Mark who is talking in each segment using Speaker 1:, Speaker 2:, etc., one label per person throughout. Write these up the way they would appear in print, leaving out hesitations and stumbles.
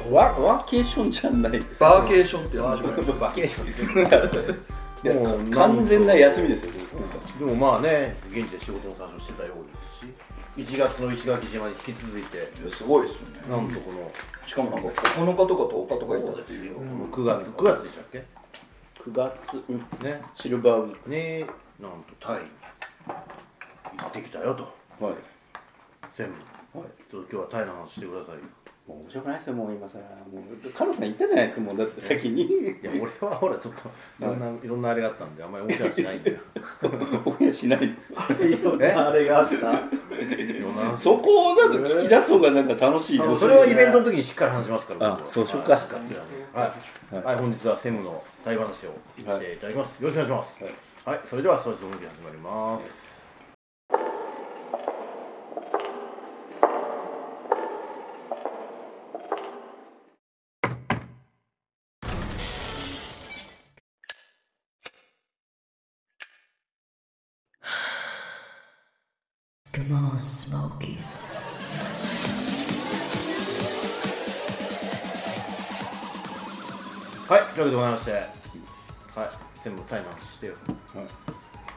Speaker 1: ワーケーションじゃないです、ね、
Speaker 2: バーケーションって
Speaker 3: バーケーションって
Speaker 1: もう完全な休みですよ。
Speaker 3: でもまあね、現地で仕事の話をしてたようですし、1月の石垣島に引き続いて
Speaker 2: すごいですよね。
Speaker 3: なんとこの
Speaker 2: しかもなんか9日とか10日とかいたっていう。
Speaker 3: 9月でしたっけ
Speaker 1: 9月、
Speaker 3: ね、
Speaker 1: シルバーウィーク
Speaker 3: ね、なんとタイ行ってきたよと。
Speaker 1: はい
Speaker 3: 全部、はい、ちょっと今日はタイの話してください。
Speaker 1: もう面白くないですよ、もう今さ、もうカルロスさん言ったじゃないですか、もうだって先に。い
Speaker 3: や、俺はほらちょっといろんなあれがあったんで、あんまりオンエアしないんだよ。
Speaker 1: オンエアしない。
Speaker 3: いろんなあれがあった。
Speaker 1: そこをなんか聞き出す方がなんか楽しいです。
Speaker 3: それはイベントの時にしっかり話しますから。
Speaker 1: あ、そうしようか。
Speaker 3: はい、本日はセムのタイ話をしていただきます。よろしくお願いします。はい、それではストレートムービー始まります。
Speaker 4: Come on, Smokies.
Speaker 3: はい、というわけでございまして、はい、全部タイの話してよ。
Speaker 1: はい、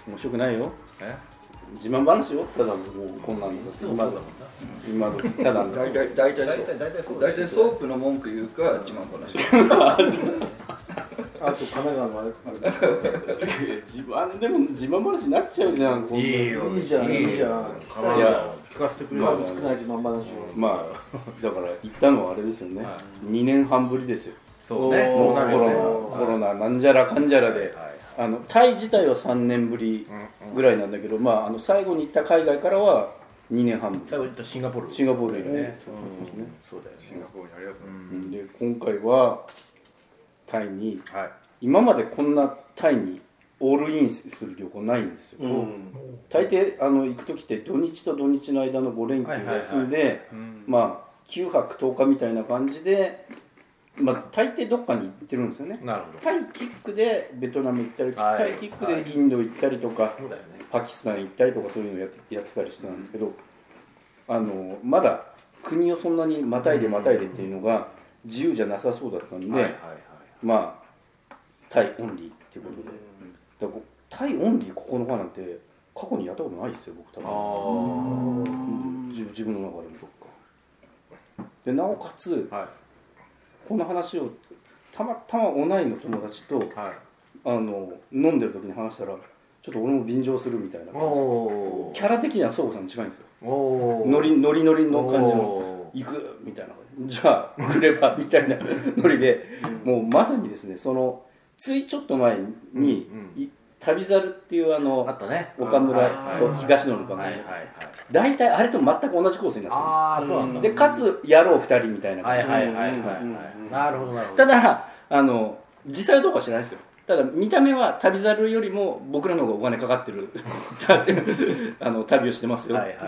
Speaker 1: 面白くないよ。自慢話よ。ただもうこんなんだって今のただの
Speaker 2: 大体ソープの文句言うか自慢話。
Speaker 5: あと神奈川のあれ
Speaker 1: 自慢話になっちゃうじゃん。
Speaker 3: いいよ、
Speaker 5: いいじゃん。いや
Speaker 3: 聞かせてくれる。
Speaker 5: 数少ない自慢話を。
Speaker 1: まあだから言ったのはあれですよね。2年半ぶりですよ。
Speaker 3: そうね。
Speaker 1: もうコロナなんじゃらかんじゃらで、タイ自体は3年ぶりぐらいなんだけど、まあ最後に行った海外からは2年半ぶり。
Speaker 3: 最後に行ったシンガポール。
Speaker 1: シンガポールね。
Speaker 3: そうだよね。
Speaker 2: シンガポールにありがとうございます。
Speaker 1: で今回はタイに、今までこんなタイにオールインする旅行ないんですよ。大抵行く時って土日と土日の間の5連休で休んで、まあ9泊10日みたいな感じで、まあ大抵どっかに行ってるんですよね。
Speaker 3: なるほど。
Speaker 1: タイキックでベトナム行ったり、タイキックでインド行ったりとか、パキスタン行ったりとかそういうのやってたりしてたんですけど、まだ国をそんなにまたいでっていうのが自由じゃなさそうだったんで、まあタイオンリーっていうことで、だからタイオンリー9日なんて過去にやったことないですよ、僕多分。自分の中でも。でなおかつ、この話をたまたま同いの友達と、飲んでる時に話したら、ちょっと俺も便乗するみたいな感じ。キャラ的には相互さん近いんですよ。ノリの感じの行くみたいな、じゃあ来ればみたいなノリで、もうまさにですね、そのついちょっと前に旅猿っていう
Speaker 3: あったね、
Speaker 1: 岡村と東野の番組です。大体あれと全く同じコースになってます。でかつ野郎2人みたいな感じ。
Speaker 3: なるほどなるほど。
Speaker 1: ただ実際はどうか知らないですよ。ただ見た目は旅猿よりも僕らの方がお金かかってる旅をしてますよっていう。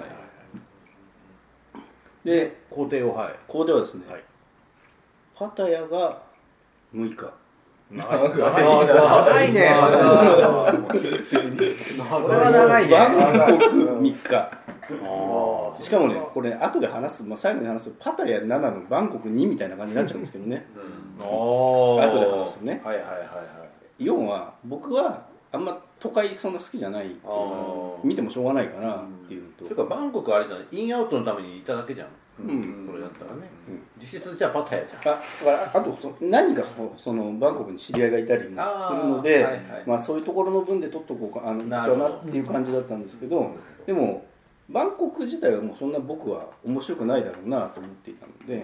Speaker 1: で
Speaker 3: 工程は
Speaker 1: ですね、パタヤが6日。
Speaker 3: 長いね。これは長いね。
Speaker 1: バンコク3日。しかもね、これ後で話す、最後に話すとパタヤ7のバンコク2みたいな感じになっちゃうんですけどね。後で話すとね。要は僕はあんま都会そんな好きじゃないっていうか、見てもしょうがないかなっていうのと。
Speaker 3: それからバンコクあれじゃない、インアウトのためにいただけじゃん。これだったらね。実質じゃあパタヤじゃん。
Speaker 1: あと何かそのバンコクに知り合いがいたりもするので、まあそういうところの分で取っとこうかなっていう感じだったんですけど、でもバンコク自体はもうそんな僕は面白くないだろうなと思っていたので、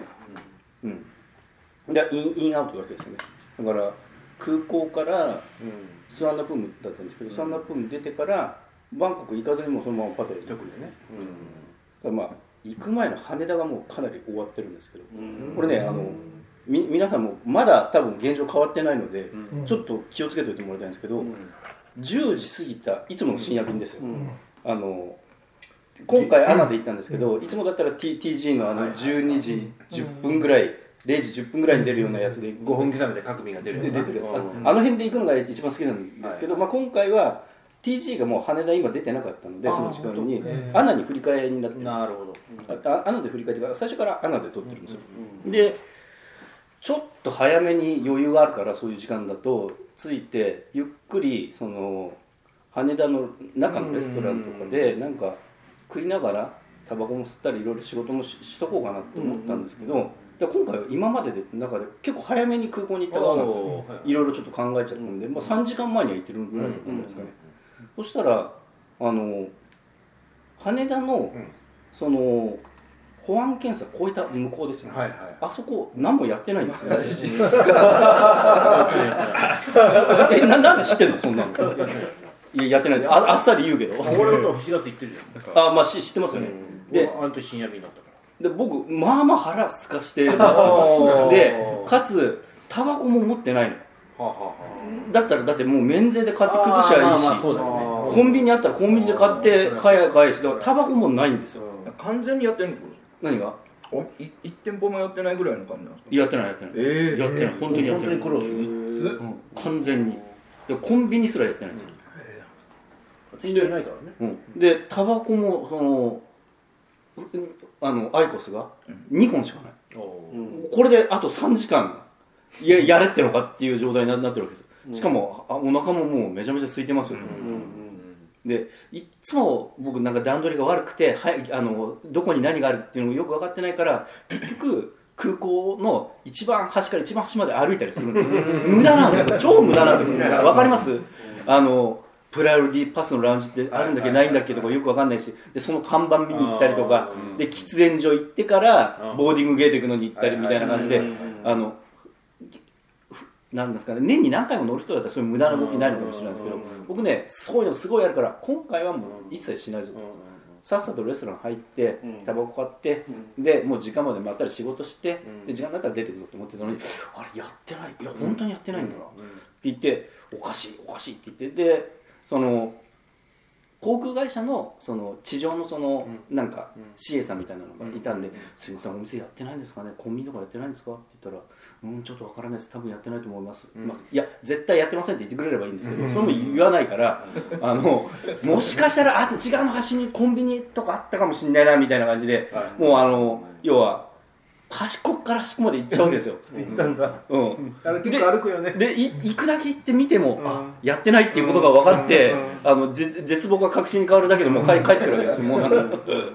Speaker 1: インアウトだけですね。だから空港からスワンナプームだったんですけど、スワンナプーム出てからバンコク行かずにもそのままパタヤに行くんですね。だからまあ行く前の羽田がもうかなり終わってるんですけど、これね皆さんもまだ多分現状変わってないので、ちょっと気をつけておいてもらいたいんですけど、10時過ぎたいつもの深夜便ですよ。今回アナで行ったんですけど、いつもだったら TG の12時10分ぐらい、0時10分ぐらいに出るようなやつで
Speaker 3: 5分刻みで各便が出るやつ。
Speaker 1: あの辺で行くのが一番好きなんですけど、今回は TG がもう羽田今出てなかったのでその時間にアナに振り替えになってるんです。
Speaker 3: なるほ
Speaker 1: ど。アナで振り替えてから最初からアナで撮ってるんですよ。でちょっと早めに余裕があるからそういう時間だと着いてゆっくりその羽田の中のレストランとかでなんか食いながらタバコも吸ったりいろいろ仕事も しとこうかなと思ったんですけど、で今回は今までで中で結構早めに空港に行った側なんですよ。いろいろちょっと考えちゃったんで、まあ、3時間前には行ってるぐらいだったんですかね。そしたら羽田のその保安検査超えた向こうですよね、あそこ何もやってないんですよなんで知ってんのそんなの。いややってないで あっさり言うけど
Speaker 3: 俺だと7月行ってるじゃん。
Speaker 1: まあ知ってますよね、
Speaker 3: であの時深夜便だったから
Speaker 1: で僕まあまあ腹すかしてますでかつタバコも持ってないの。だってもう免税で買って崩しゃいいし、コンビニあったらコンビニで買って買えし、だからタバコもないんですよ。
Speaker 2: 完全にやってるの？
Speaker 1: 何が
Speaker 2: 1店舗もやってないぐらいの感じなんですか？
Speaker 1: やってないやってない、やってない本当にやってない、完全にでコンビニすらやってないんですよ。
Speaker 3: 人じゃないからね。
Speaker 1: でタバコもそのアイコスが2本しかない、これであと3時間やれってのかっていう状態になってるわけですよ。しかもお腹ももうめちゃめちゃ空いてますよね。でいっつも僕なんか段取りが悪くて、どこに何があるっていうのもよく分かってないから結局空港の一番端から一番端まで歩いたりするんですよ。無駄なんですよ、超無駄なんですよ。分かります？プライオリティパスのラウンジってあるんだっけないんだっけとかよく分かんないし、でその看板見に行ったりとかで喫煙所行ってからボーディングゲート行くのに行ったりみたいな感じでなんですかね、年に何回も乗る人だったらそういう無駄な動きになるのかもしれないんですけど、僕ねそういうのすごいあるから今回はもう一切しないぞ。さっさとレストラン入ってタバコ買ってでもう時間まで待ったり仕事してで時間だったら出てくるぞと思ってたのに、あれやってない、いや本当にやってないんだなって言っておかしいって言って、でその航空会社のその地上のそのなんか CA さんみたいなのがいたんで「すいませんお店やってないんですかね、コンビニとかやってないんですか?」って言ったら「ちょっとわからないです、多分やってないと思います」いや絶対やってませんって言ってくれればいいんですけど、それも言わないからもしかしたらあっち側の端にコンビニとかあったかもしれないなみたいな感じで、もう要は端っこから端っこまで行っちゃうわけですよ。
Speaker 5: 行ったんだ。あれ結構歩くよね。
Speaker 1: で行くだけ行ってみても、やってないっていうことが分かって、絶望が確信に変わるだけでもう帰ってくるわけですよ。もうなんか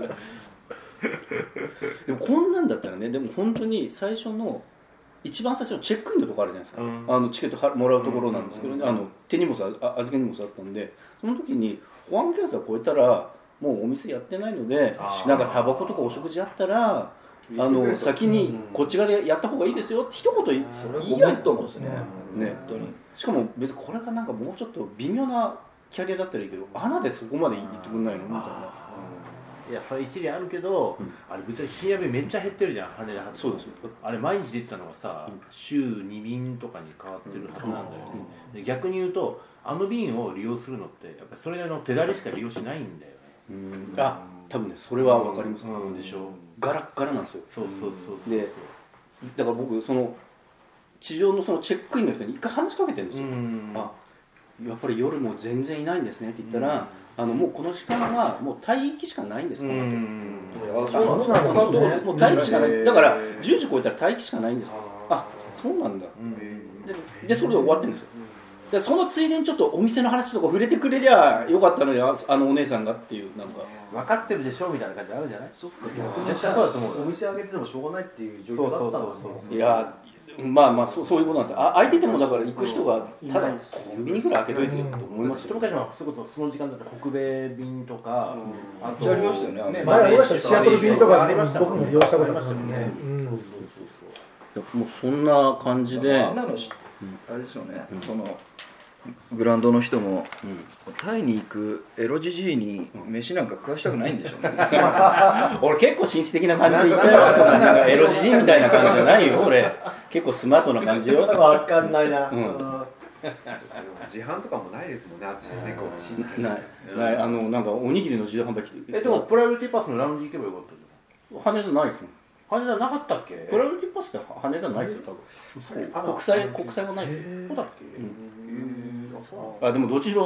Speaker 1: でもこんなんだったらね、でも本当に最初の一番最初のチェックインのとこあるじゃないですか、チケットもらうところなんですけどね、手荷物預け荷物あったんで、その時に保安検査を超えたらもうお店やってないので、なんかタバコとかお食事あったら先にこっち側でやった方がいいですよって一言言いないと思うんですね。しかも別にこれがなんかもうちょっと微妙なキャリアだったらいいけど、アナでそこまで言ってくんないのみたいな。
Speaker 3: いやそれ一理あるけど、あれぶっちゃけ深夜便めっちゃ減ってるじゃん、羽田発。
Speaker 1: そうですよ。
Speaker 3: あれ毎日出てたのがさ、週2便とかに変わってるはずなんだよね。で逆に言うとあの便を利用するのってやっぱりそれなりの手だれしか利用しないんだよね。
Speaker 1: 多分ねそれは分かります。
Speaker 3: でしょ。
Speaker 1: ガラッガラなんですよ。
Speaker 3: そう
Speaker 1: でだから僕その地上のそのチェックインの人に一回話しかけてるんですよ。やっぱり夜も全然いないんですねって言ったら、もうこの時間はもう待機しかないんですからと。
Speaker 5: そうなんですね。
Speaker 1: もう待機しかない。だから10時超えたら待機しかないんです。そうなんだ。でそれで終わってるんですよ。でそのついでにちょっとお店の話とか触れてくれりゃよかったので、お姉さんがっていうなんか
Speaker 3: 分かってるでしょみたいな感じあるじゃない。
Speaker 5: そうだと思う。お店開けててもしょうがないっていう状況だったんですよ。
Speaker 1: いやまあそういうことなんですよ。空いててもだから行く人がただコンビニぐらい開けといてると思いますよ。
Speaker 3: 一昔はその時間だったら北米便とか
Speaker 2: あっちありましたよね。
Speaker 5: 前ありましたよ。シアトル便とか僕も利用したことありましたもんね。
Speaker 1: もうそんな感じで。
Speaker 2: あれですよね。そのグランドの人も、タイに行くエロジジイに飯なんか食わしたくないんでしょうね。
Speaker 1: 俺結構紳士的な感じで言ったよ。そんななんかエロジジイみたいな感じじゃないよ俺。結構スマートな感じよ。
Speaker 5: 分かんないな。
Speaker 6: 自販とかもないですもんね、あっちね、こっち
Speaker 1: ないなんかおにぎりの自動販売機。
Speaker 3: でもプライオリティパスのラウンジ行けばよかったじ
Speaker 1: ゃん。羽田ないですもん。
Speaker 3: 羽田なかったっけ？
Speaker 1: プライオリティパスって羽田ないですよ多分。国際はないですよ。
Speaker 3: そうだっけ？
Speaker 1: でもどちら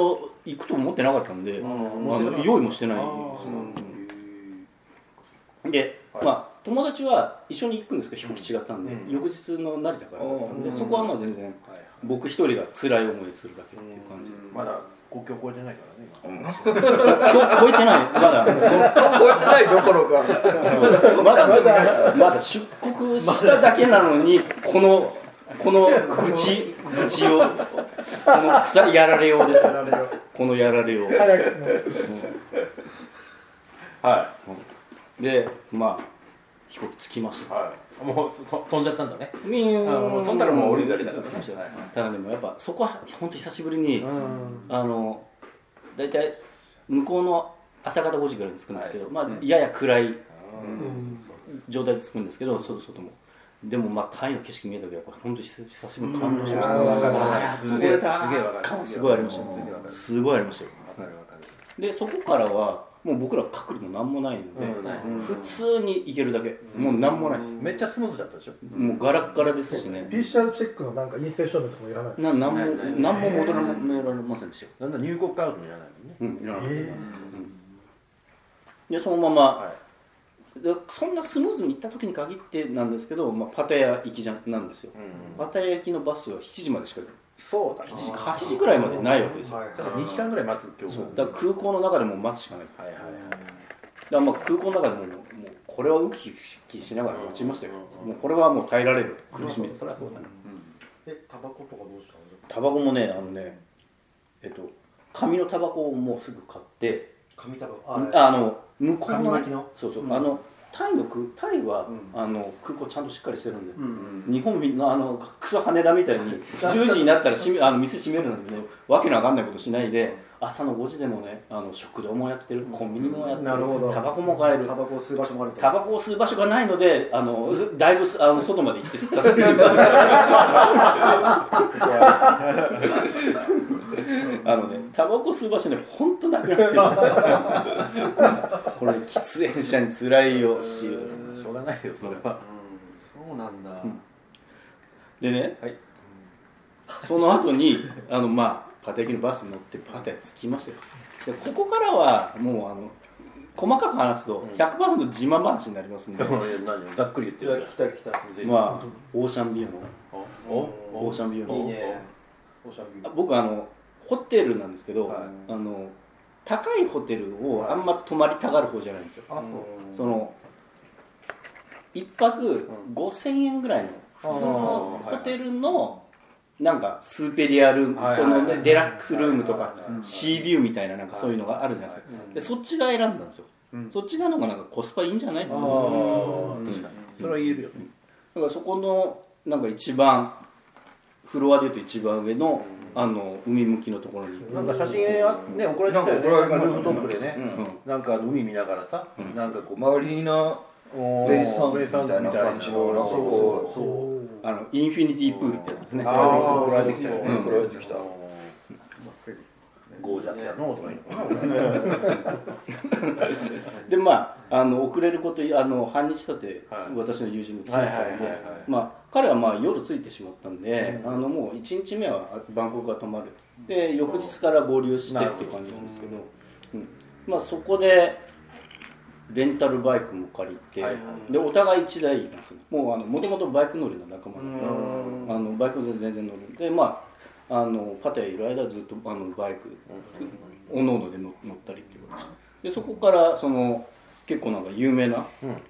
Speaker 1: 行くと思ってなかったんで、用意もしてないんですよ。で、まあ友達は一緒に行くんですけど飛行機違ったんで、翌日の成田からだったんで、そこはまあ全然僕一人が辛い思いするだけっていう感じ。
Speaker 3: まだ国境越えてないからね。
Speaker 1: 超えてない、まだ
Speaker 2: 超えてないどころか
Speaker 1: まだ出国しただけなのにこの愚痴をこの草やられようですよ。このやられよう。はい。で、まあ飛行機着きました。
Speaker 3: はい。もう飛んじゃったんだね。
Speaker 1: 飛んだらもう降りるだけだから。
Speaker 3: 着きました。
Speaker 1: ただでもやっぱそこは本当久しぶりにだいたい向こうの朝方5時ぐらいに着くんですけど、まあやや暗い状態で着くんですけど、外も。でもまあタイの景色見えた時は本当に久しぶりに感動しました。やっと来れた感すごいありました。すごいありましたよ。でそこからはもう僕ら隔離も何もないので、普通に行けるだけ、もう何もないです。
Speaker 3: めっちゃスムーズだったでしょ。
Speaker 1: もうガラッガラですしね。
Speaker 7: PCR チェックのなんか陰性証明とかもいらないですか？
Speaker 1: 何も戻られませんでしたよ。
Speaker 3: なんだ入国カードもいらないもんね。
Speaker 1: いらなかった。でそのまま、そんなスムーズに行った時に限ってなんですけど、まあ、パタヤ行きなんですよ。パタヤ行きのバスは7時までしか
Speaker 3: そうだね。
Speaker 1: 8時ぐらいまでないわけですよ。
Speaker 3: だから2時間ぐらい待つ今日。
Speaker 1: だから空港の中でも待つしかない。だからまあ空港の中でもうこれはウキウキしながら待ちましたよ。もうこれはもう耐えられる苦しみ。
Speaker 3: そりゃそうだね。
Speaker 5: タバコとかどうしたの？
Speaker 1: タバコもね紙のタバコをもうすぐ買って、
Speaker 5: 紙タバコ
Speaker 1: 向こうの
Speaker 5: 巻きの
Speaker 1: そうタイは空港ちゃんとしっかりしてるんで、日本のクソ羽田みたいに10時になったら店閉めるなんてね、わけのわかんないことしないで、朝の5時でもね食堂もやってる、コンビニもやってる、タバコも買える。
Speaker 5: タバコを吸う場所もあると。
Speaker 1: タバコを吸う場所がないのでだいぶ外まで行って吸ったっていうタバコ吸う場所ね本当なくなってるこれ喫煙者に辛いよっていう。
Speaker 3: しょうがないよそれは。
Speaker 5: そうなんだ。
Speaker 1: でね、その後にパタヤ行きのバスに乗ってパタヤ着きましたよ。でここからはもう細かく話すと 100% 自慢話になりますんで、
Speaker 3: ざっくり言ってる。
Speaker 5: 聞きたい。
Speaker 1: まあオーシャンビューのオーシャンビューの
Speaker 5: いいね。オーシャンビュー。
Speaker 1: 僕ホテルなんですけど、高いホテルをあんま泊まりたがる方じゃないんですよ。その1泊5000円ぐらいの普通のホテルのなんかスーペリアルーム、そのデラックスルームとかシービューみたいななんかそういうのがあるじゃないですか。でそっちが選んだんですよ。そっちがのがなんかコスパいいんじゃないって。
Speaker 3: それは言えるよね。
Speaker 1: だからそこのなんか一番フロアでいうと一番上の海向きのところに
Speaker 3: なんか写真ね送られてきたよね。なんかルーフトップでね、なんか海見ながらさ、なんかこう
Speaker 2: マリーナベイサンズみたいな感じのなんかこう
Speaker 1: インフィニティプールってやつですね。
Speaker 3: 送られてきたよね。
Speaker 2: 送られてきた。
Speaker 3: ゴージャスやのとか言う
Speaker 1: で遅れること半日経って私の友人も着いたんで、彼は夜着いてしまったんで、もう1日目はバンコクが泊まるで翌日から合流してっていう感じなんですけど、そこでレンタルバイクも借りて、でお互い1台なんですよ。もともとバイク乗りの仲間だからバイク全然乗るんで、パタヤいる間はずっとバイクおのおので乗ったりっていうことで、そこから結構なんか有名な、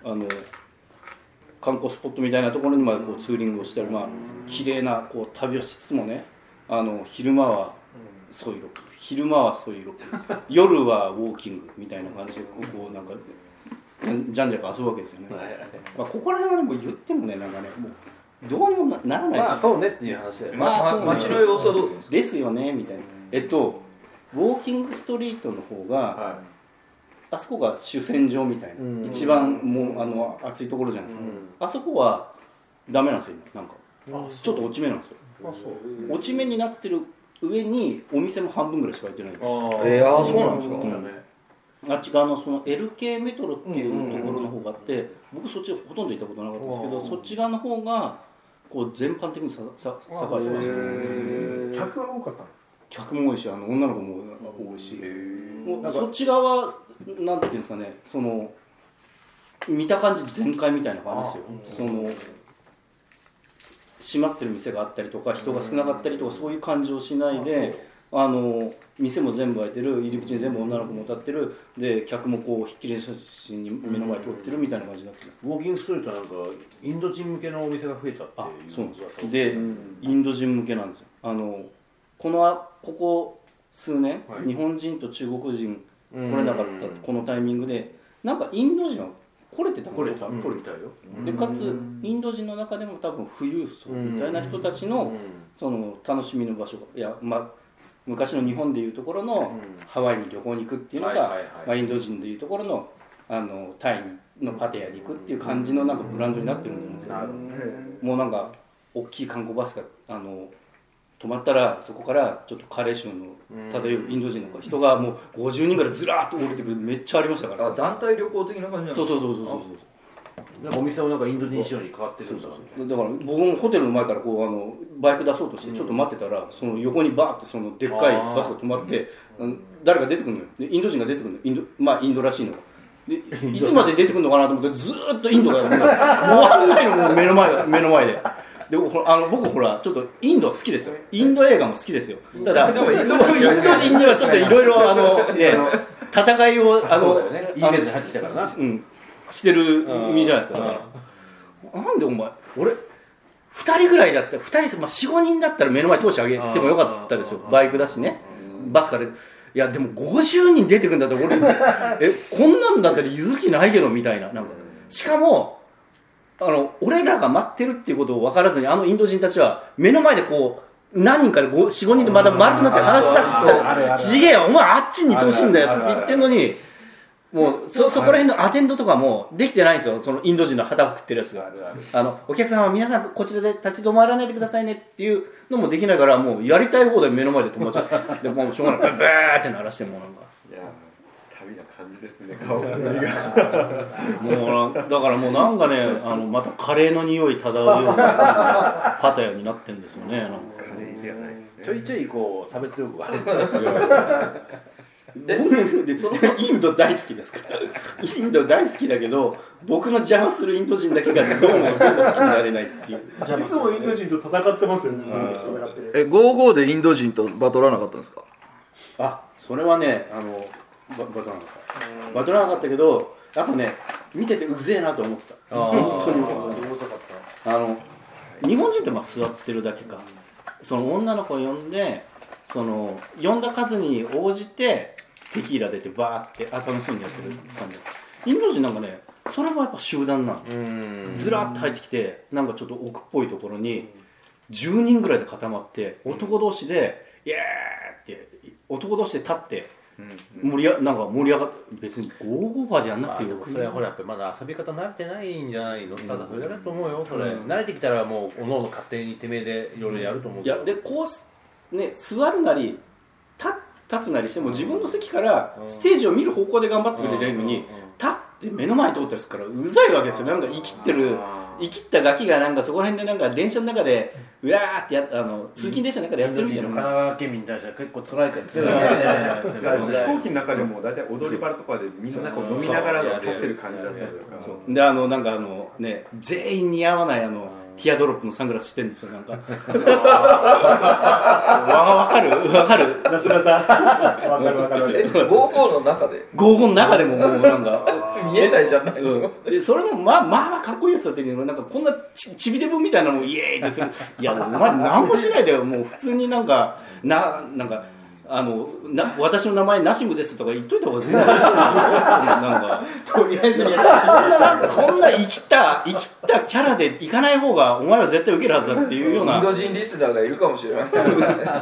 Speaker 1: 観光スポットみたいなところにまでこうツーリングをしたり、綺麗なこう旅をしつつもね、昼間はソイロク、昼間はソイロク夜はウォーキングみたいな感じでこうなんかじゃんじゃか遊ぶわけですよね。ここら辺はねもう言ってもねなんかねもうどうにもならない。
Speaker 3: そうねっていう話だよね。
Speaker 2: 街の様子はどう
Speaker 1: ですよねみたいな。ウォーキングストリートの方が、あそこが主戦場みたいな、一番もう暑いところじゃないですか。あそこはダメなんですよ今なんかちょっと落ち目なんですよ。落ち目になってる上にお店も半分ぐらいしか開いてない。
Speaker 2: そうなんですか。
Speaker 1: あっち側のその LK メトロっていうところの方があって、僕そっちほとんど行ったことなかったんですけど、そっち側の方がこう全般的に栄えてます。
Speaker 7: 客が多かったんですか？
Speaker 1: 客も多いし女の子も多いし、もうそっち側なんていうんですかね、その見た感じ全開みたいな感じですよ。その閉まってる店があったりとか人が少なかったりとかそういう感じをしないで、店も全部開いてる、入り口に全部女の子も立ってる、で客もこうひっきり写真に目の前通ってるみたいな感じになってる。
Speaker 3: ウォーキングストリートなんかインド人向けのお店が増えたっていう。
Speaker 1: そうなんですよ。で、インド人向けなんですよ。ここ数年、はい、日本人と中国人来れなかったこのタイミングでなんかインド人は来れてたの？
Speaker 3: 来れたよ。
Speaker 1: でかつインド人の中でも多分富裕層みたいな人たちのその楽しみの場所が、いや昔の日本でいうところのハワイに旅行に行くっていうのがインド人でいうところのタイのパテヤに行くっていう感じのなんかブランドになってるんですけど、もうなんか大きい観光バスが止まったらそこからちょっとカレー臭の漂うインド人の人がもう50人ぐらいずらーっと降りてくる、めっちゃありましたから。
Speaker 2: 団体旅行的な感じなんですか？
Speaker 1: そう
Speaker 3: なんかお店もなんかインド人仕様に変わってるんだ。
Speaker 1: だから僕もホテルの前からこうバイク出そうとしてちょっと待ってたら、その横にバーってそのでっかいバスが止まって誰か出てくるのよ。でインド人が出てくるのよ。インドらしいのがでいつまで出てくるのかなと思ってずーっとインドがもう終わんないの、もう目の前で。で僕ほらちょっとインド好きですよ。インド映画も好きですよ。ただインド人にはちょっといろいろ戦いをしてる身じゃないですか。だからなんでお前俺2人ぐらいだったら2人、4,5 人だったら目の前通してあげてもよかったですよ。バイクだしね、バスから。いやでも50人出てくるんだったら俺こんなんだったら譲る気ないけどみたいな。なんかしかも俺らが待ってるっていうことを分からずにインド人たちは目の前でこう何人かで 4,5 人でまた丸くなって話し出してちげえよお前あっちにいてほしいんだよって言ってるのに、もうそこら辺のアテンドとかもできてないんですよ。そのインド人の旗を食ってるやつがお客様は皆さんこちらで立ち止まらないでくださいねっていうのもできないから、もうやりたい放題目の前で止まっちゃう。でもうしょうがないブーって鳴らしてもなんか
Speaker 6: 旅な感じですね、顔が
Speaker 1: もうだからもうなんかねまたカレーの匂い漂うようなパタヤになってるんですよね。なんか
Speaker 6: カレーではないですね。
Speaker 3: ちょいちょいこう差別欲が入って
Speaker 1: インド大好きですからインド大好きだけど僕の邪魔するインド人だけがどうも好きになれないっていう。
Speaker 7: いつもインド人と戦ってますよね。
Speaker 2: 55でインド人とバトらなかったんですか？
Speaker 1: それはねバトらなかったけどやっぱね見ててうぜえなと思った。本当に日本人って座ってるだけか、その女の子を呼んでその呼んだ数に応じてテキーラ出てバーって楽しそうにやってる感じ。インド人なんかねそれもやっぱ集団なの。ずらっと入ってきてなんかちょっと奥っぽいところに10人ぐらいで固まって男同士でイエーって男同士で立って盛り上がって別にゴーゴーバーでやんなくていいよ。
Speaker 3: それはほらやっぱりまだ遊び方慣れてないんじゃないの。ただそれだけだと思うよ。それ慣れてきたらもうおのおの勝手にてめえでいろいろやると思うけど。
Speaker 1: いやでこうね座るなり立つなりしても自分の席からステージを見る方向で頑張ってくれてるのに立って目の前通ったやつからうざいわけですよ。なんか生きったガキがなんかそこら辺でなんか電車の中でうわーって通勤電車の中でやってるみたいな。
Speaker 3: 神奈川県民に対しては結構辛いから飛
Speaker 6: 行機の中でも大体踊り場とかでみんなこう飲みながら立ってる感じだったりとか。
Speaker 1: でなんかね全員似合わないティアドロップのサングラスしてるんですよ。なんかわかる
Speaker 7: なすらたわかる
Speaker 2: 55の中で
Speaker 1: 55の中でももうなんか
Speaker 2: 見えないじゃない
Speaker 1: でそれもまあかっこいいですよって言うけど、なんかこんなちびデブみたいなのもイエーイってする。いやお前何もしないでよ、もう普通になんか私の名前ナシムですとか言っといた方が全然いいしなんかとりあえずそんな生きったキャラで行かない方がお前は絶対受けるはずだっていうような
Speaker 2: インド人リスナーがいるかもしれないですね。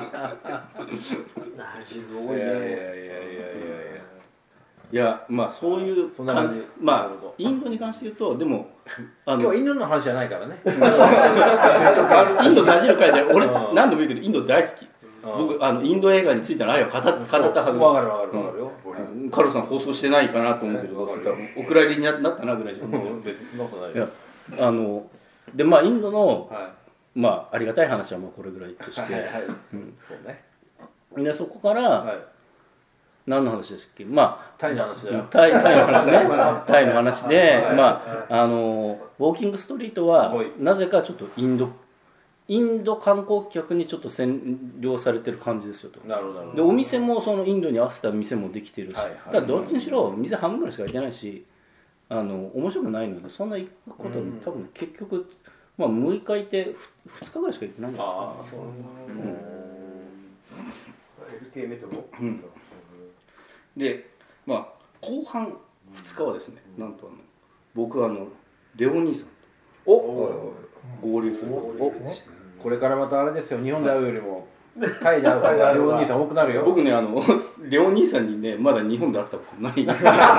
Speaker 1: いやそういう
Speaker 3: そんな感じ。
Speaker 1: インドに関して言うとでも
Speaker 3: 今日はインドの話じゃないからね。
Speaker 1: インドなじる会じゃない。俺何度も言うけどインド大好き。僕インド映画についての愛を語ったはず。
Speaker 3: わかるよ。
Speaker 1: カロさん放送してないかなと思うけど、お蔵入りになったなぐらいしか思ってる。
Speaker 3: 別にそんなことない
Speaker 1: いやでインドのありがたい話はこれぐらいとして、
Speaker 3: そうね。
Speaker 1: でそこから、
Speaker 3: はい、
Speaker 1: 何の話ですっけ、まあ
Speaker 3: タイの話だよ。
Speaker 1: タイの話ねタイの話で、まあウォーキングストリートはなぜかちょっとインド観光客にちょっと占領されてる感じですよと。
Speaker 3: なるほど。
Speaker 1: でお店もそのインドに合わせた店もできてるし、
Speaker 3: はいはい、
Speaker 1: ただどっちにしろ店半分ぐらいしか開いてないし、面白くないのでそんな行くことに多分結局、まあ、6日いて2日ぐらいしか行ってないんじゃないですか。
Speaker 3: ああ、そうなんだ。
Speaker 5: LK メトロ、
Speaker 1: で、まあ、後半2日はですね、なんと僕はレオ兄さんと合流する。
Speaker 3: これからまたあれですよ、日本で会うよりもタイで会うからレオ兄さん多くなるよ。
Speaker 1: 僕ね、レオ兄さんにねまだ日本で会ったことないそういう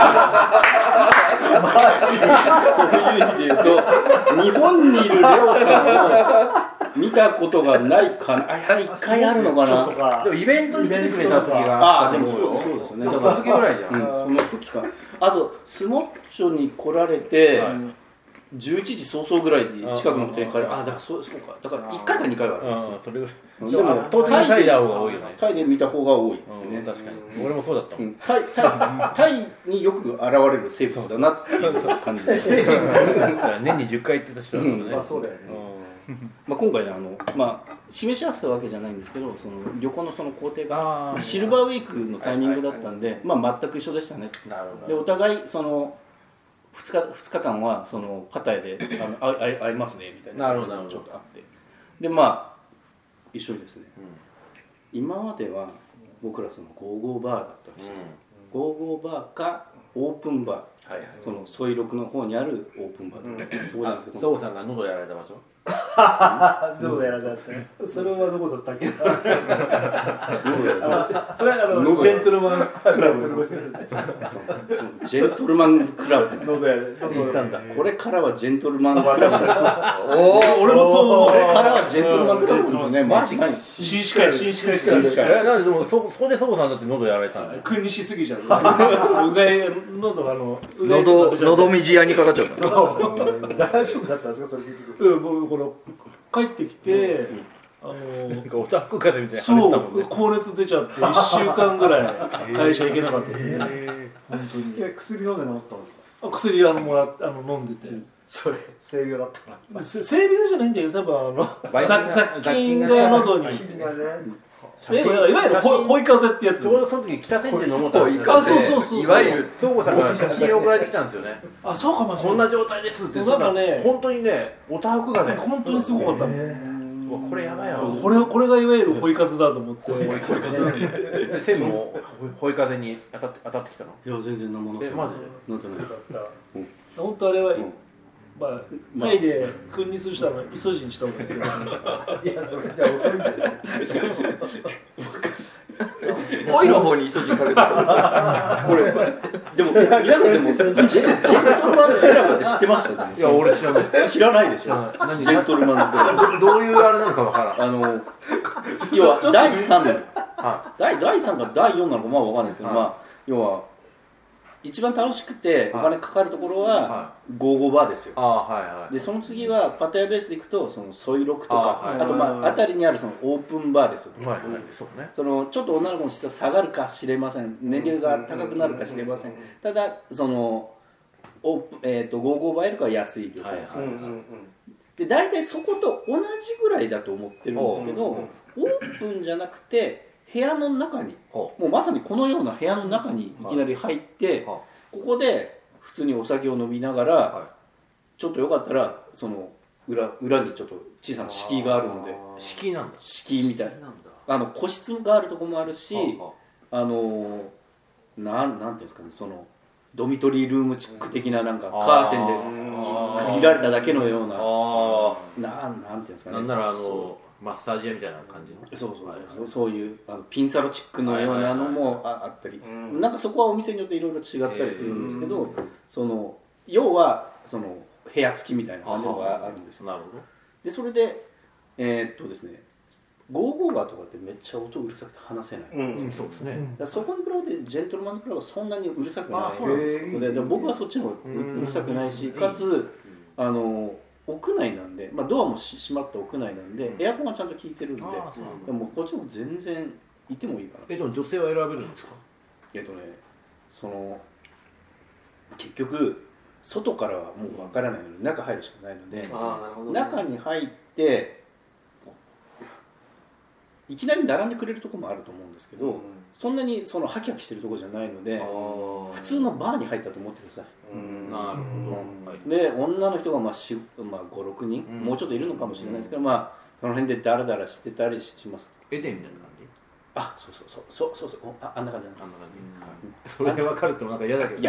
Speaker 1: 意味で言うと日本にいるレオさんを見たことがないかな。一回あるのかな。
Speaker 3: でもイベントに来てくれた時が
Speaker 1: でもそうですよね。だから
Speaker 3: その時ぐらいじゃん。
Speaker 1: その時か。あとスモッチョに来られて、11時早々ぐらいに近くの店からだからそうか。だから1回か2回はあるんですよ。
Speaker 3: それぐらい。
Speaker 1: でも
Speaker 3: 圧倒的にタイで会う方が多いよね。
Speaker 1: タイで見た方が多いですね。
Speaker 3: 確かに。俺もそうだったもん。
Speaker 1: タイによく現れる生物だなっていう感じです。
Speaker 3: 年に10回行ってた人だもんね。
Speaker 5: まあそうだよね。
Speaker 1: まあ今回ね示し合わせたわけじゃないんですけど、その旅行のその工程がシルバーウィークのタイミングだったんで、まあ全く一緒でしたね。
Speaker 3: なるほど。
Speaker 1: でお互いその2日間はそのパタヤで会いますねみたいなことがちょっとあって、でまあ一緒にですね、今までは僕らそのゴーゴーバーだったわけですよ。ゴーゴーバーかオープンバー、そのソイロクの方にあるオープンバーで、
Speaker 3: ソウさんが喉やられた場所。
Speaker 5: どうやらだったね。
Speaker 7: それはどこだったっけ？それはジェントルマンクラブ
Speaker 1: ジェントルマンズクラブ
Speaker 7: 喉やれ
Speaker 3: 行ったんだ。
Speaker 1: これからはジェントルマンクラブです。
Speaker 7: 俺もそう思う。
Speaker 1: これからはジェントルマンクラブですね。間違いない。
Speaker 7: 紳士会。
Speaker 3: なんででもそこでソウさんだって喉やられたんだよ。
Speaker 7: 君にしすぎちゃう。うがい
Speaker 2: 喉みじやにかかっちゃった。
Speaker 5: 大丈夫だったんですかそれ結局。
Speaker 7: 僕この帰ってきて、
Speaker 3: なんかオタフク風みたいな。
Speaker 7: そう高熱出ちゃって1週間ぐらい会社行けなかったですね。本当に。
Speaker 5: 薬飲んで治ったんですか。
Speaker 7: 薬もらって飲んでて。
Speaker 5: それ性病だったから。
Speaker 7: 性病じゃないんだけど多分雑菌が喉に。いわゆるホイ風ってやつ。
Speaker 3: ちょうどその時北千住飲もうと。
Speaker 7: そう
Speaker 2: いわゆる
Speaker 3: ソウさんから写真送られてきたんですよね。
Speaker 7: そうかもしれない。
Speaker 3: こんな状態ですって。
Speaker 7: なんかね、
Speaker 3: 本当にね、オタフク風。
Speaker 7: 本当にすごかった。
Speaker 3: これやばいよ。
Speaker 7: これがいわゆるホイ風だと思って。
Speaker 3: 専務もホイ風に当たってきたの？
Speaker 1: いや全然何もなってない。
Speaker 3: マジで？
Speaker 1: なってない。
Speaker 7: 本当あれはまあタイで君にする人はイソジンした方がいいですよ。
Speaker 5: いやそれじゃ遅いんじゃない。
Speaker 2: ホイの方にイソジンかけてる。
Speaker 1: これでも皆さんでもジェントルマンズクラブって知ってました？
Speaker 3: いや俺知らないです。
Speaker 1: 知らないでしょ。ジェントルマンズクラブ。
Speaker 3: どういうあれなのかわからん。
Speaker 1: 要は第3の第3か第4なのかまあわかんないですけど、まあ要は一番楽しくてお金かかるところはゴーゴーバーですよ。でその次はパタヤベースで行くとそのソイロクとか、あとまあ辺りにあるそのオープンバーですよ。
Speaker 3: そうね。
Speaker 1: そのちょっと女の子の質は下がるかしれません。年齢が高くなるかしれません。ただそのゴーゴーバーよりかは安い旅行です。で大体そこと同じぐらいだと思ってるんですけど、オープンじゃなくて部屋の中にもうまさにこのような部屋の中にいきなり入って、ここで普通にお酒を飲みながら、ちょっとよかったらその裏にちょっと小さな敷居があるので、
Speaker 3: 敷居なんだ。
Speaker 1: 敷居みたいな個室があるところもあるし、なんていうんですかね、そのドミトリールームチック的ななんかカーテンで区切られただけのようななんていうんですかね。
Speaker 3: なんならマッサージ屋みたいな感じの。
Speaker 1: そういうピンサロチックのようなのもあったり、なんかそこはお店によっていろいろ違ったりするんですけど、その要はその部屋付きみたいな感じのがあるんですよ。
Speaker 3: なるほど。
Speaker 1: でそれでですね、ゴーゴーバーとかってめっちゃ音うるさくて話せない。
Speaker 3: そうですね。
Speaker 1: そこに比べてジェントルマンズクラブはそんなにうるさくないので、僕はそっちの方がうるさくないし、かつ屋内なんで、まあ、ドアも閉まった屋内なんで、エアコンがちゃんと効いてるんで、でもこっちも全然いてもいいかな。
Speaker 3: でも女性は選べるんですか？
Speaker 1: その結局外からはもう分からないので中入るしかないので、中に入っていきなり並んでくれるところもあると思うんですけど、そんなにそのハキハキしてるところじゃないので、普通のバーに入ったと思ってください。
Speaker 3: なるほど。
Speaker 1: で女の人が5、6人、もうちょっといるのかもしれないですけど、その辺でダラダラしてたりします。
Speaker 3: エデンみたいな感じ？
Speaker 1: あ、そうあんな感じなんです。
Speaker 3: あんな感じ。それで分かるとなんか嫌だけど。
Speaker 1: いや、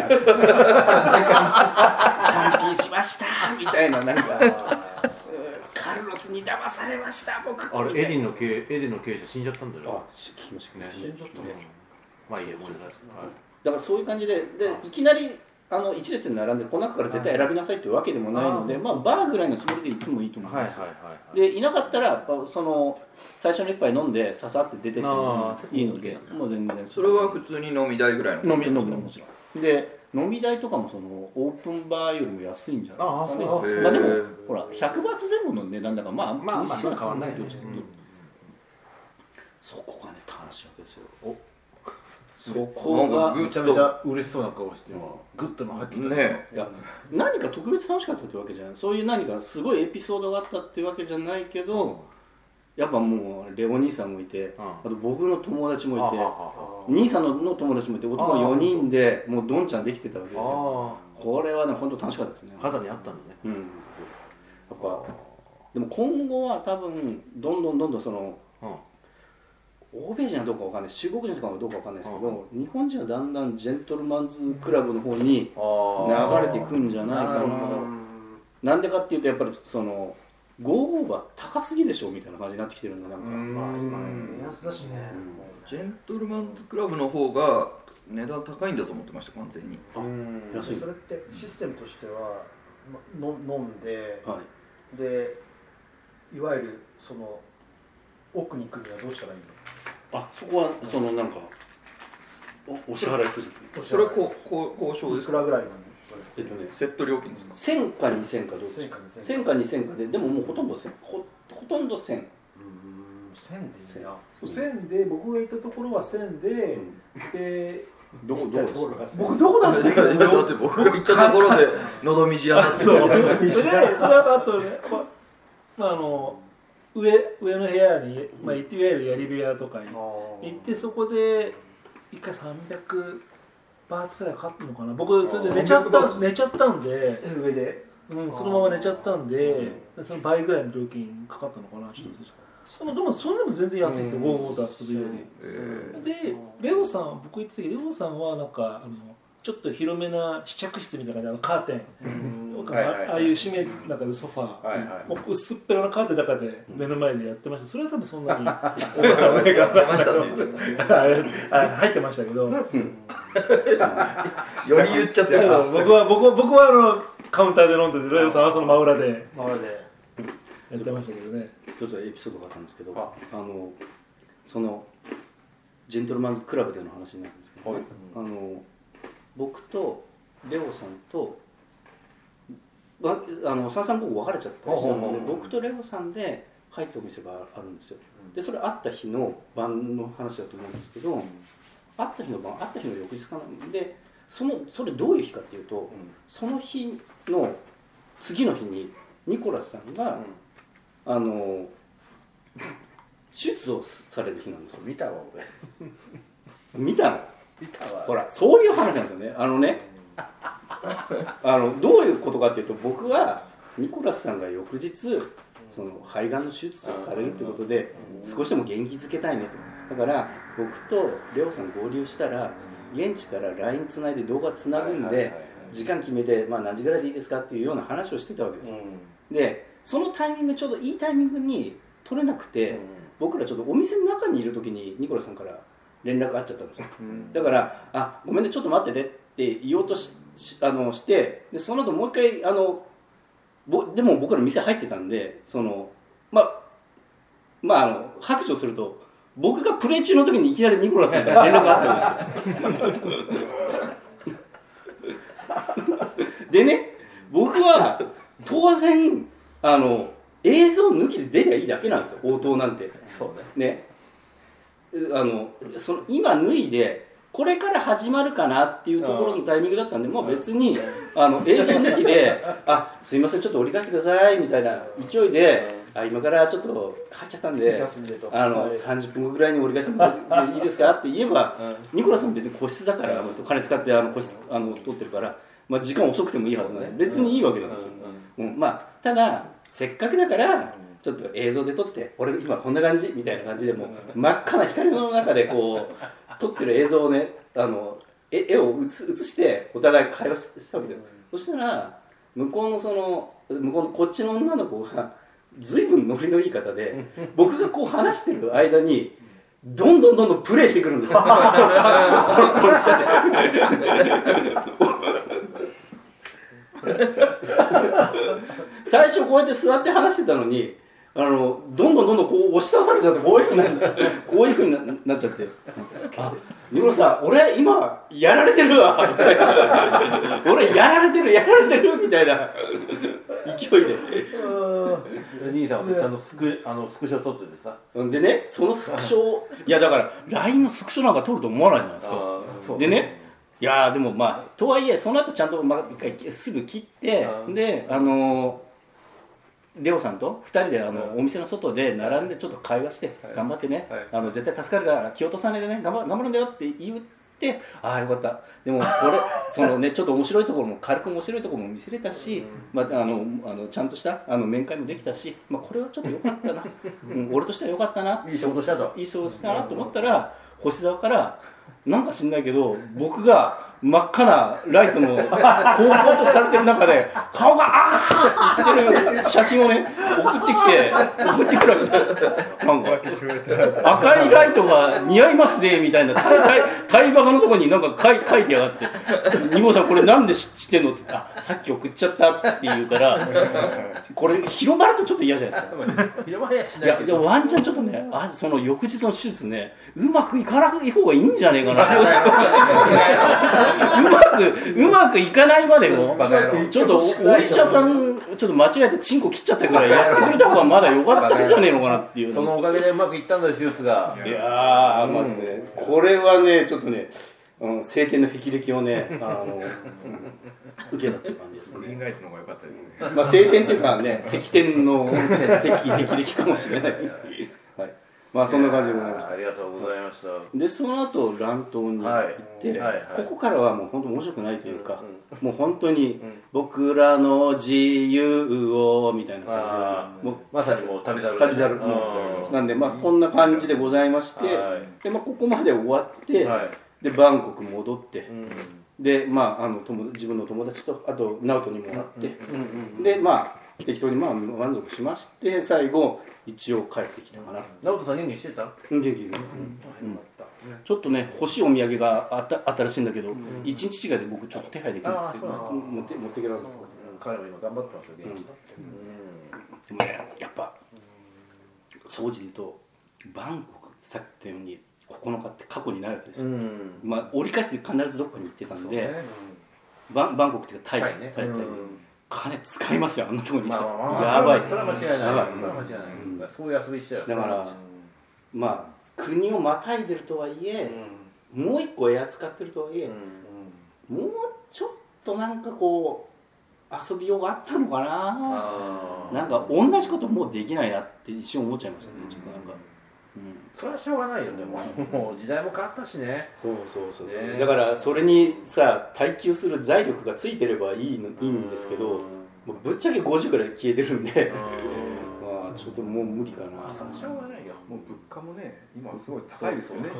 Speaker 1: 賛否しましたみたいな、なんかカルロスに騙されました僕。
Speaker 3: あれエデンの経営者死んじゃったんだよ。
Speaker 1: 聞きましたね。
Speaker 3: 死んじゃったね。まあいいや、ごめんなさい。
Speaker 1: だからそういう感じでいきなり一列に並んでこの中から絶対選びなさいというわけでもないので、バーぐらいのつもりで行ってもいいと思います。でいなかったらその最初の一杯飲んでささって出てってもいいので、もう全然
Speaker 2: それは普通に飲み代ぐらいの
Speaker 1: 飲みもちろんで、飲み代とかもそのオープンバーよりも安いんじゃないですかね。でもほら100バーツ前後の値段だからまあ変わんないけど、そこがね楽しいわけですよ。そこが
Speaker 3: めちゃめちゃ嬉しそうな顔してグッとの入ってきた
Speaker 1: ね。何か特別楽しかったってわけじゃない、そういう何かすごいエピソードがあったってわけじゃないけど、やっぱもうレオ兄さんもいて、あと僕の友達もいて、兄さんの友達もいて、男4人でもうどんちゃんできてたわけですよ。これはね本当楽しかったですね。
Speaker 3: 肌にあったんだね。
Speaker 1: やっぱでも今後は多分どんどんその欧米人はどうかわかんない、中国人とかはどうかわかんないですけど、日本人はだんだんジェントルマンズクラブの方に流れていくんじゃないかな。なんでかっていうとやっぱりその55が高すぎでしょみたいな感じになってきてるんで、なんか
Speaker 5: 円安だしね。
Speaker 2: ジェントルマンズクラブの方が値段高いんだと思ってました、完全に。
Speaker 5: 安い。それってシステムとしては飲んで、でいわゆるその奥に行くにはどうしたらいいの？
Speaker 1: そこはそのなんかお支払いする。
Speaker 2: それは交渉ですか？
Speaker 5: いくらぐらいなの？
Speaker 2: セット料金ですか
Speaker 1: ？1000か2000かどうですか？1000か2000かで、でももうほとんど1000。
Speaker 5: 1000でいいな。
Speaker 7: 1000で、僕が行ったところは1000で、で
Speaker 1: どこ
Speaker 7: 僕どこなんですか？
Speaker 2: だって僕が行ったところでのどみじ屋だって。
Speaker 7: それはあとね、上の部屋に、行っていわゆるやり部屋とかに行って、そこで1回300バーツくらいかかったのかな。僕それで寝ちゃったんで、
Speaker 5: 上で
Speaker 7: そのまま寝ちゃったんで、その倍ぐらいの料金かかったのかな。でもそれでも全然安いですよ、55と遊ぶより。でレオさん、僕言ってたけど、レオさんはなんかちょっと広めな試着室みたいな感じでカーテン、ああいう閉めの中でソファー、薄っぺらなカーテンの中で目の前でやってました。それは多分そんなに入ってましたけど、より
Speaker 2: 言っちゃってる。
Speaker 7: 僕はカウンターで飲んでて、レオさんはその真裏でやってましたけどね。
Speaker 1: 一つエピソードがあったんですけど、そのジェントルマンズクラブでの話になるんですけど、僕とレオさんと三々ここ別れちゃったりしたので、僕とレオさんで入ったお店があるんですよ。でそれ会った日の晩の話だと思うんですけど、会った日の翌日かな。でそれどういう日かっていうと、その日の次の日にニコラスさんが、手術をされる日なんですよ。
Speaker 3: 見たわ俺。
Speaker 1: 見たの？ほらそういう話なんですよね。どういうことかっていうと、僕はニコラスさんが翌日その肺がんの手術をされるということで少しでも元気づけたいねと。だから僕とレオさん合流したら現地から LINE つないで動画つなぐんで時間決めて、何時ぐらいでいいですかっていうような話をしてたわけですよ。でそのタイミング、ちょうどいいタイミングに取れなくて、僕らちょっとお店の中にいる時にニコラさんから連絡あっちゃったんですよ。だからごめんねちょっと待っててって言おうとして、でその後もう一回でも僕ら店入ってたんで、白状すると僕がプレイ中の時にいきなりニコラさんから連絡があったんですよ。でね、僕は当然映像抜きで出りゃいいだけなんですよ、応答なんて。
Speaker 3: そう
Speaker 1: ね。 その今脱いでこれから始まるかなっていうところのタイミングだったんで、もう別に映像抜きで「あ、すいませんちょっと折り返してください」みたいな勢いで「今からちょっと入っちゃったんで30分後ぐらいに折り返してもいいですか?」って言えば、ニコラさん別に個室だから金使って個室取ってるから、まあ、時間遅くてもいいはずなんで別にいいわけなんですよ。まあただせっかくだからちょっと映像で撮って俺今こんな感じみたいな感じでもう真っ赤な光の中でこう撮ってる映像をね絵を映してお互い会話したわけだよ。そしたら向こうのこっちの女の子が随分ノリのいい方で僕がこう話してる間にどんどんプレイしてくるんですよ。この下で最初こうやって座って話してたのにどんどんこう押し倒されちゃってこういうふうになっちゃって「あ、ニコラさん俺今やられてるわ」みたいな「俺やられてる」みたいな勢いで
Speaker 3: 兄さんはちゃんとスクショ撮っててさ、
Speaker 1: でね、そのスクショいやだから LINE のスクショなんか撮ると思わないじゃないですか。でね、いやでもまあとはいえその後ちゃんと一回すぐ切ってでレオさんと2人でお店の外で並んでちょっと会話して頑張ってね、絶対助かるから気落とさないでね頑張るんだよって言って、ああよかった。でもこれそのねちょっと面白いところも軽く面白いところも見せれたし、まあちゃんとした面会もできたし、まあこれはちょっと良かったな、俺としては良かったな、
Speaker 3: いい仕事したと
Speaker 1: いい仕事したなと思ったら、星沢からなんか知んないけど僕が真っ赤なライトのこうとされてる中で顔があーって言ってる写真をね送ってくるわけですよ。なんか赤いライトが似合いますねみたいな対バカのところになんか書いてやがって「ニコさんこれなんで知ってんの?」って言って「さっき送っちゃった」って言うからこれ広まるとちょっと嫌じゃないですか。
Speaker 3: 広まりはしないけど、
Speaker 1: いやワンチャンちょっとねその翌日の手術ねうまくいかない方がいいんじゃねえかなうまくいかないまでもちょっとお医者さんちょっと間違えてチンコ切っちゃったぐらいやってくれた方がまだ良かったんじゃねえのかなっていう。
Speaker 3: そのおかげでうまくいったんだよ手術が。
Speaker 1: いやーまずねこれはねちょっとね晴天の霹靂をね受けたっていう感じですね。
Speaker 6: グリーンライトの方が良かったですね。
Speaker 1: まあ晴天っていうかね赤天の霹靂かもしれない。はい。まあそんな感じでございました。
Speaker 3: ありがとうございました。
Speaker 1: でその後乱闘に行って、ここからはもう本当面白くないというか、もう本当に僕らの自由をみたいな感じで、もう
Speaker 3: まさにもう旅猿
Speaker 1: なんでまあこんな感じでございまして、でまあここまで終わって、でバンコク戻って、でまあ自分の友達とあと直人にも会って、でまあ適当にまあ満足しまして最後一応帰ってきたかな。
Speaker 3: 直人さん元気してた？
Speaker 1: 元気。ちょっとね欲しいお土産があったらしいんだけど、一日違いで僕ちょっと手配できなくて持っていけなかった。
Speaker 3: 彼も今頑張ってますよ元気。
Speaker 1: でもねやっぱ総じで言うとバンコクさっき言ったように9日って過去になるわけですよ。まあ折り返して必ずどっかに行ってたんで、バンコクっていうかタイ金使いますよあんなところに行ったらやばい。
Speaker 3: それは間違いない。そういう遊びしちゃう。
Speaker 1: だからまあ国をまたいでるとはいえ、もう一個エア使ってるとはいえ、もうちょっとなんかこう遊びようがあったのかな。なんか同じこともうできないなって一瞬思っちゃいましたね。ちょっとなんか。
Speaker 3: それはしょうがないよね。もう時代も変わったしね。
Speaker 1: そうだからそれにさ耐久する財力がついてればいいんですけど、もうぶっちゃけ50ぐらい消えてるんでまあちょっともう無理かな。
Speaker 3: しょうがないよ。
Speaker 6: もう物価もね今すごい高いですよね。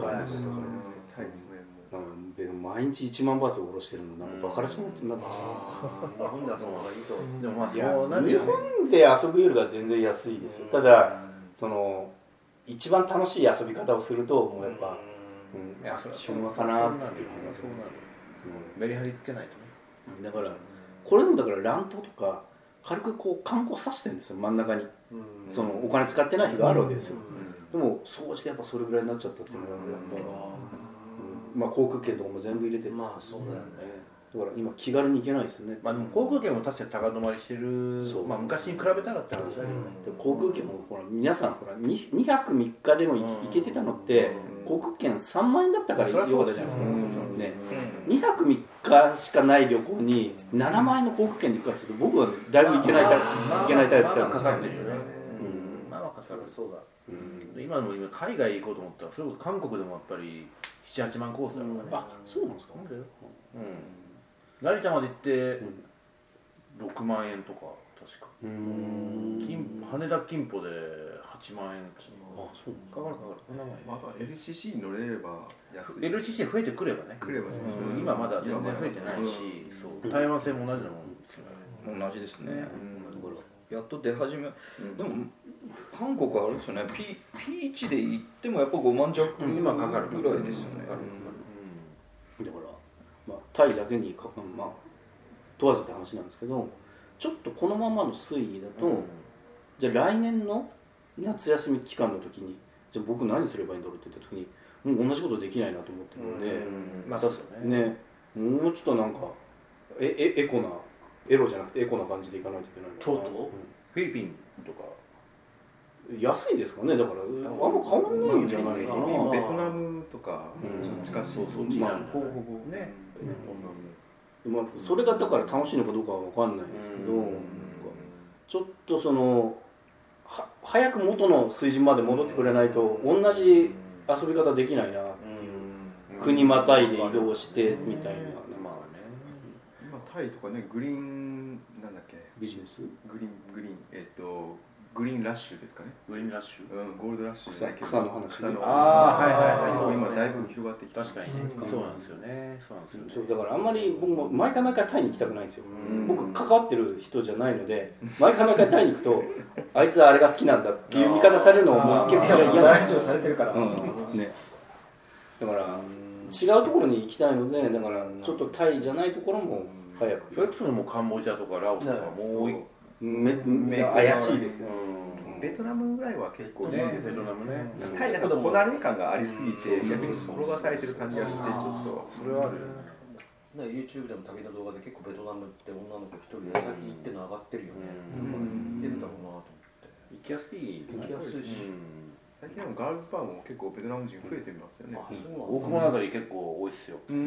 Speaker 1: でも毎日1万バーツ下ろしてるのなんかバカらしくなってきた。
Speaker 3: 日本で遊ぶのがいいと。でもまあ
Speaker 1: そうなるよ。日本で遊ぶよりが全然安いですよ。ただその一番楽しい遊び方をするともうやっぱ瞬間かなっていう。
Speaker 3: メリハリつけないとね。
Speaker 1: だからこれもだから乱闘とか軽くこう観光させてるんですよ真ん中に。そのお金使ってない日があるわけですよ。でも総じてやっぱそれぐらいになっちゃったっていうのがやっぱまあ航空券とかも全部入れてるんですよ。
Speaker 5: まあそうだよね。
Speaker 1: だから今気軽に行けないですよね。
Speaker 3: まあでも航空券も確かに高止まりしてる。まあ昔に比べたらって話だけどね。
Speaker 1: 航空券もほら皆さんほら2泊3日でも行けてたのって航空券3万円だったからよかったじゃないですか、ね、
Speaker 2: うん
Speaker 1: 2泊3日しかない旅行に7万円の航空券で行くかっていうと僕はだいぶ行けないタイプなんですよね。
Speaker 3: まあかかるそうだ。今海外行こうと思ったらそれこそ韓国でもやっぱり7、8万コースだからね。
Speaker 1: あ、そうなんですか。
Speaker 3: 成田まで行って6万円とか確か。羽田金浦で8万円。
Speaker 1: あ、そう
Speaker 3: かかる。
Speaker 6: また LCC に乗れれば安い。
Speaker 3: LCC 増えてくればね。今まだ全然増えてないし、台湾線も同じだもん。
Speaker 2: 同じですね、やっと出始め、でも韓国はあれですよね、P1 で行ってもやっぱ5万弱
Speaker 3: 今かかる
Speaker 2: ぐらいですよね。
Speaker 1: だから、まあ、タイだけにまあ、問わずって話なんですけど、ちょっとこのままの推移だと、じゃあ来年の夏休み期間の時にじゃあ僕何すればいいんだろうって言った時にもう同じことできないなと思ってるので、
Speaker 3: まあそうですよね。
Speaker 1: もうちょっとなんかエコなエロじゃなくてエコな感じでいかないといけないのかな。
Speaker 3: フィリピンとか
Speaker 1: 安いですかね。だからあんま変わんないんじゃないかな。
Speaker 6: ベトナムとか近しい。
Speaker 1: まあほぼね。まあそれがだから楽しいのかどうかは分かんないんですけど、ちょっとその早く元の水準まで戻ってくれないと同じ遊び方できないなっていう、国またいで移動してみたいな。
Speaker 3: まあね、
Speaker 6: 今タイとかね、グリーンなんだっけ、
Speaker 1: ビジネス
Speaker 6: グリーングリーンラッシュですかね。
Speaker 3: グリーンラッシュ、
Speaker 6: ゴールドラッシュじゃないけど
Speaker 1: 草の話。
Speaker 6: 草の
Speaker 3: はい
Speaker 6: 今だいぶ広がってきた。
Speaker 3: 確かにね、そうなんですよね。
Speaker 1: そうだからあんまり僕も毎回タイに行きたくないんですよ。僕関わってる人じゃないので、毎回タイに行くとあいつはあれが好きなんだっていう見方されるのも結構嫌な
Speaker 5: 大事にされてるから、
Speaker 1: ね。だから違うところに行きたいので、だからちょっとタイじゃないところも早く。
Speaker 3: それこそもうカンボジアとかラオスとかもう
Speaker 1: 怪しいですね。
Speaker 6: ベトナムぐらいは結構ね、
Speaker 3: ベトナムね。
Speaker 6: タイなんかこなれ感がありすぎて逆に転がされてる感じがして、ちょっと
Speaker 3: それはあるよね。
Speaker 5: YouTube でも旅の動画で結構ベトナムって女の子一人で先行っての上がってるよね。行ってるんだろうなと思って。
Speaker 3: 行きやすい。
Speaker 5: 行きやすいし。
Speaker 6: 最近のガールズバーも結構ベトナム人増えてますよね。
Speaker 5: あ、そう
Speaker 3: 大久保の中に結構多いっすよ。
Speaker 5: じゃ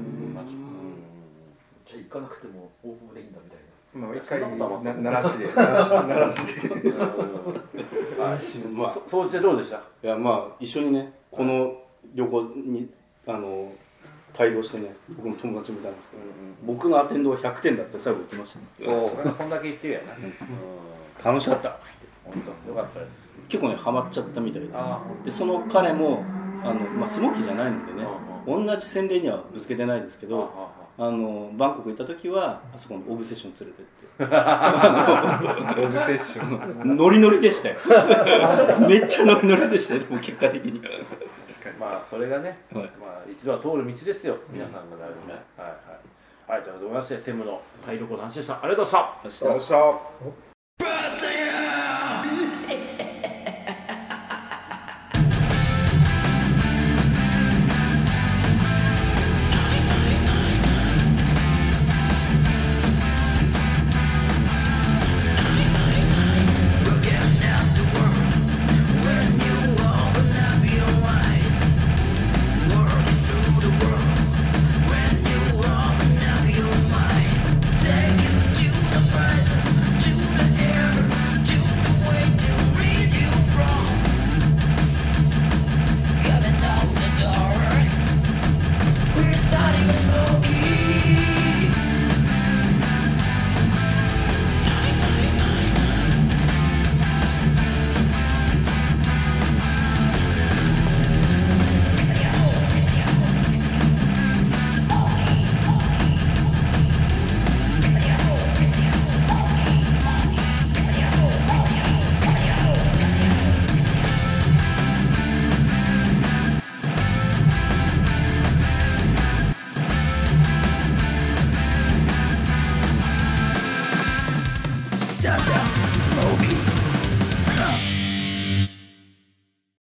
Speaker 5: あ行かなくても大久保でいいんだみたいな。
Speaker 6: まあ一回奈良市で
Speaker 3: まあそうしてどうでした？
Speaker 1: いやまあ一緒にねこの旅行に帯同してね、僕も友達もいたんですけど、僕のアテンドは100点だって最後言ってましたね。
Speaker 3: こんだけ言ってるやな。
Speaker 1: 楽しかった。
Speaker 3: 本当よかったです。
Speaker 1: 結構ねハマっちゃったみたいで、その彼もまあスモーキーじゃないのでね、同じ洗礼にはぶつけてないですけど、バンコク行った時はあそこのオブセッション連れてって
Speaker 6: オブセッショ
Speaker 1: ンノリノリでしたよめっちゃノリノリでしたよ。でも結果的に
Speaker 3: まあそれがね、まあ一度は通る道ですよ、皆さんがなるね。はい、ということでございまして、専務のタイ旅行の話でした。ありがとうございました。
Speaker 6: ン。よっしゃ。